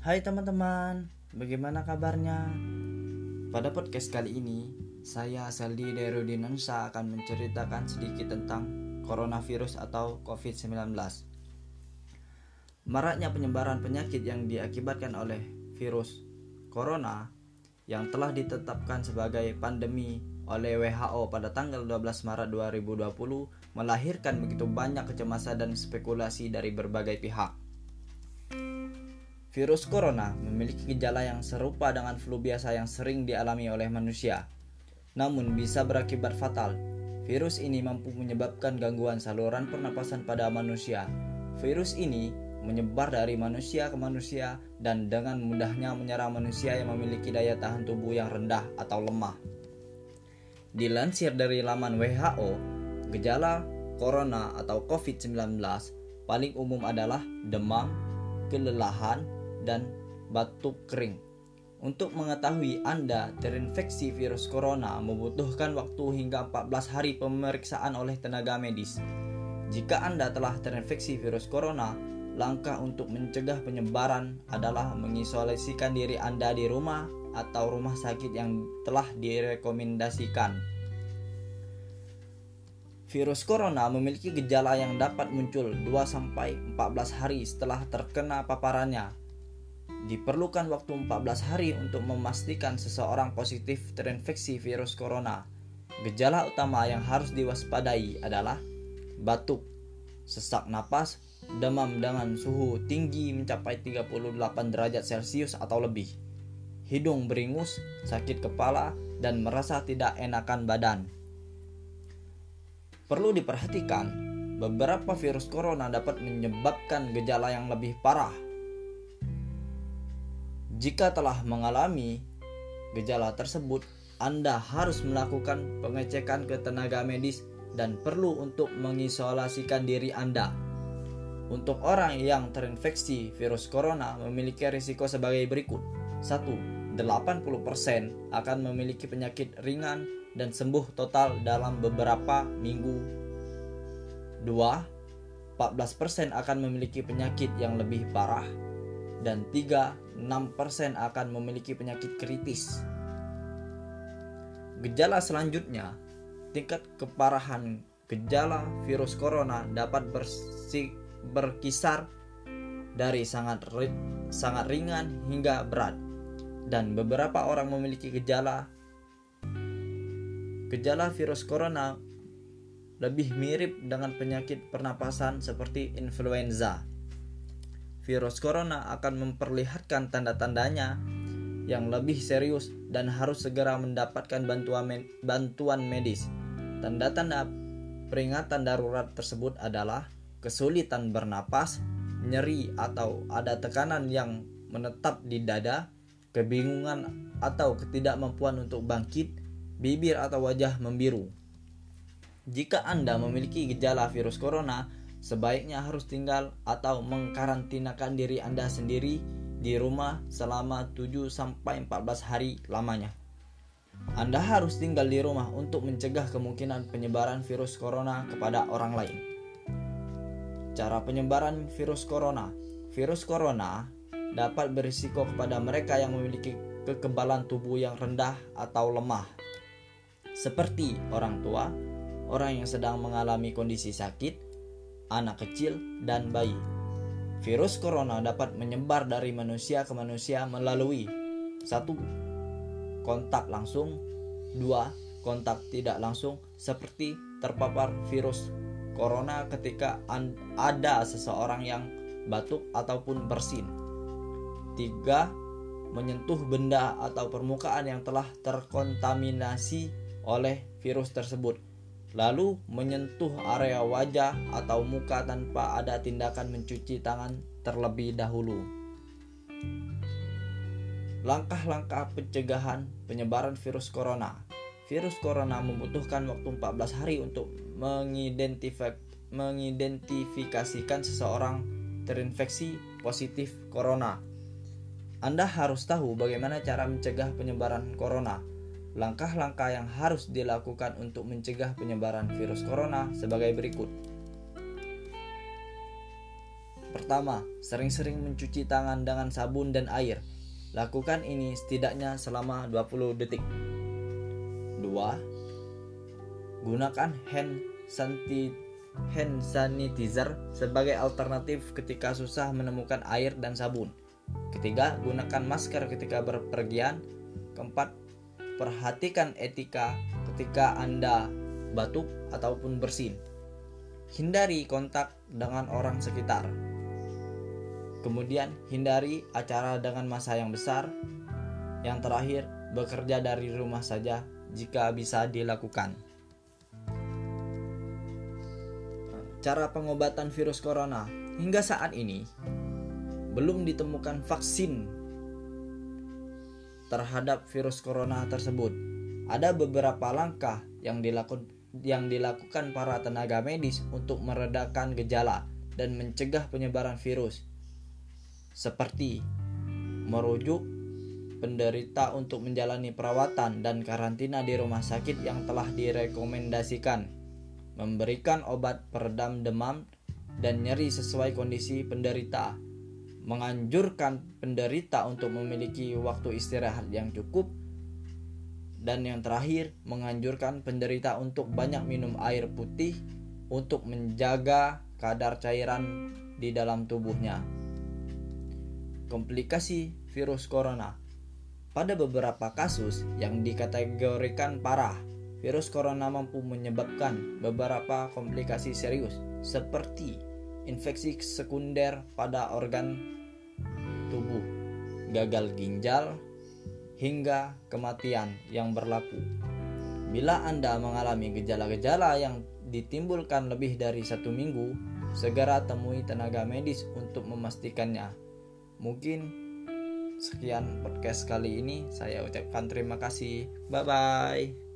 Hai teman-teman, bagaimana kabarnya? Pada podcast kali ini, saya Saldi dari Rudinansa akan menceritakan sedikit tentang coronavirus atau COVID-19. Maraknya penyebaran penyakit yang diakibatkan oleh virus corona yang telah ditetapkan sebagai pandemi oleh WHO pada tanggal 12 Maret 2020 melahirkan begitu banyak kecemasan dan spekulasi dari berbagai pihak. Virus corona memiliki gejala yang serupa dengan flu biasa yang sering dialami oleh manusia, namun bisa berakibat fatal. Virus ini mampu menyebabkan gangguan saluran pernapasan pada manusia. Virus ini menyebar dari manusia ke manusia dan dengan mudahnya menyerang manusia yang memiliki daya tahan tubuh yang rendah atau lemah. Dilansir dari laman WHO, gejala corona atau COVID-19 paling umum adalah demam, kelelahan, dan batuk kering. Untuk mengetahui Anda terinfeksi virus corona membutuhkan waktu hingga 14 hari pemeriksaan oleh tenaga medis. Jika Anda telah terinfeksi virus corona, langkah untuk mencegah penyebaran adalah mengisolasikan diri Anda di rumah atau rumah sakit yang telah direkomendasikan. Virus corona memiliki gejala yang dapat muncul 2-14 hari setelah terkena paparannya. Diperlukan waktu 14 hari untuk memastikan seseorang positif terinfeksi virus corona. Gejala utama yang harus diwaspadai adalah batuk, sesak napas, demam dengan suhu tinggi mencapai 38 derajat Celcius atau lebih, hidung beringus, sakit kepala, dan merasa tidak enakan badan. Perlu diperhatikan, beberapa virus corona dapat menyebabkan gejala yang lebih parah. Jika telah mengalami gejala tersebut, Anda harus melakukan pengecekan ke tenaga medis dan perlu untuk mengisolasikan diri Anda. Untuk orang yang terinfeksi virus corona memiliki risiko sebagai berikut. 1. 80% akan memiliki penyakit ringan dan sembuh total dalam beberapa minggu. 2. 14% akan memiliki penyakit yang lebih parah. Dan 6% akan memiliki penyakit kritis. Gejala selanjutnya, tingkat keparahan gejala virus corona dapat berkisar dari sangat ringan hingga berat, dan beberapa orang memiliki gejala virus corona lebih mirip dengan penyakit pernapasan seperti influenza. Virus corona akan memperlihatkan tanda-tandanya yang lebih serius dan harus segera mendapatkan bantuan medis. Tanda-tanda peringatan darurat tersebut adalah kesulitan bernapas, nyeri atau ada tekanan yang menetap di dada, kebingungan atau ketidakmampuan untuk bangkit, bibir atau wajah membiru. Jika Anda memiliki gejala virus corona, sebaiknya harus tinggal atau mengkarantinakan diri Anda sendiri di rumah selama 7-14 hari lamanya. Anda harus tinggal di rumah untuk mencegah kemungkinan penyebaran virus corona kepada orang lain. Cara penyebaran virus corona. Virus corona dapat berisiko kepada mereka yang memiliki kekebalan tubuh yang rendah atau lemah, seperti orang tua, orang yang sedang mengalami kondisi sakit, anak kecil, dan bayi. Virus corona dapat menyebar dari manusia ke manusia melalui 1. Kontak langsung, 2. Kontak tidak langsung seperti terpapar virus corona ketika ada seseorang yang batuk ataupun bersin. 3. Menyentuh benda atau permukaan yang telah terkontaminasi oleh virus tersebut, lalu menyentuh area wajah atau muka tanpa ada tindakan mencuci tangan terlebih dahulu. Langkah-langkah pencegahan penyebaran virus corona. Virus corona membutuhkan waktu 14 hari untuk mengidentifikasikan seseorang terinfeksi positif corona. Anda harus tahu bagaimana cara mencegah penyebaran corona. Langkah-langkah yang harus dilakukan untuk mencegah penyebaran virus corona sebagai berikut. Pertama, sering-sering mencuci tangan dengan sabun dan air. Lakukan ini setidaknya selama 20 detik. 2. Gunakan hand sanitizer sebagai alternatif ketika susah menemukan air dan sabun. Ketiga, gunakan masker ketika berpergian. Keempat, perhatikan etika ketika Anda batuk ataupun bersin. Hindari kontak dengan orang sekitar. Kemudian, hindari acara dengan massa yang besar. Yang terakhir, bekerja dari rumah saja jika bisa dilakukan. Cara pengobatan virus corona. Hingga saat ini, belum ditemukan vaksin terhadap virus corona tersebut. Ada beberapa langkah yang dilakukan para tenaga medis untuk meredakan gejala dan mencegah penyebaran virus, seperti merujuk penderita untuk menjalani perawatan dan karantina di rumah sakit yang telah direkomendasikan, memberikan obat peredam demam dan nyeri sesuai kondisi penderita, menganjurkan penderita untuk memiliki waktu istirahat yang cukup, dan yang terakhir, menganjurkan penderita untuk banyak minum air putih untuk menjaga kadar cairan di dalam tubuhnya. Komplikasi virus corona. Pada beberapa kasus yang dikategorikan parah, virus corona mampu menyebabkan beberapa komplikasi serius seperti infeksi sekunder pada organ tubuh, gagal ginjal, hingga kematian yang berlaku. Bila Anda mengalami gejala-gejala yang ditimbulkan lebih dari 1 minggu, segera temui tenaga medis untuk memastikannya. Mungkin sekian podcast kali ini. Saya ucapkan terima kasih. Bye-bye.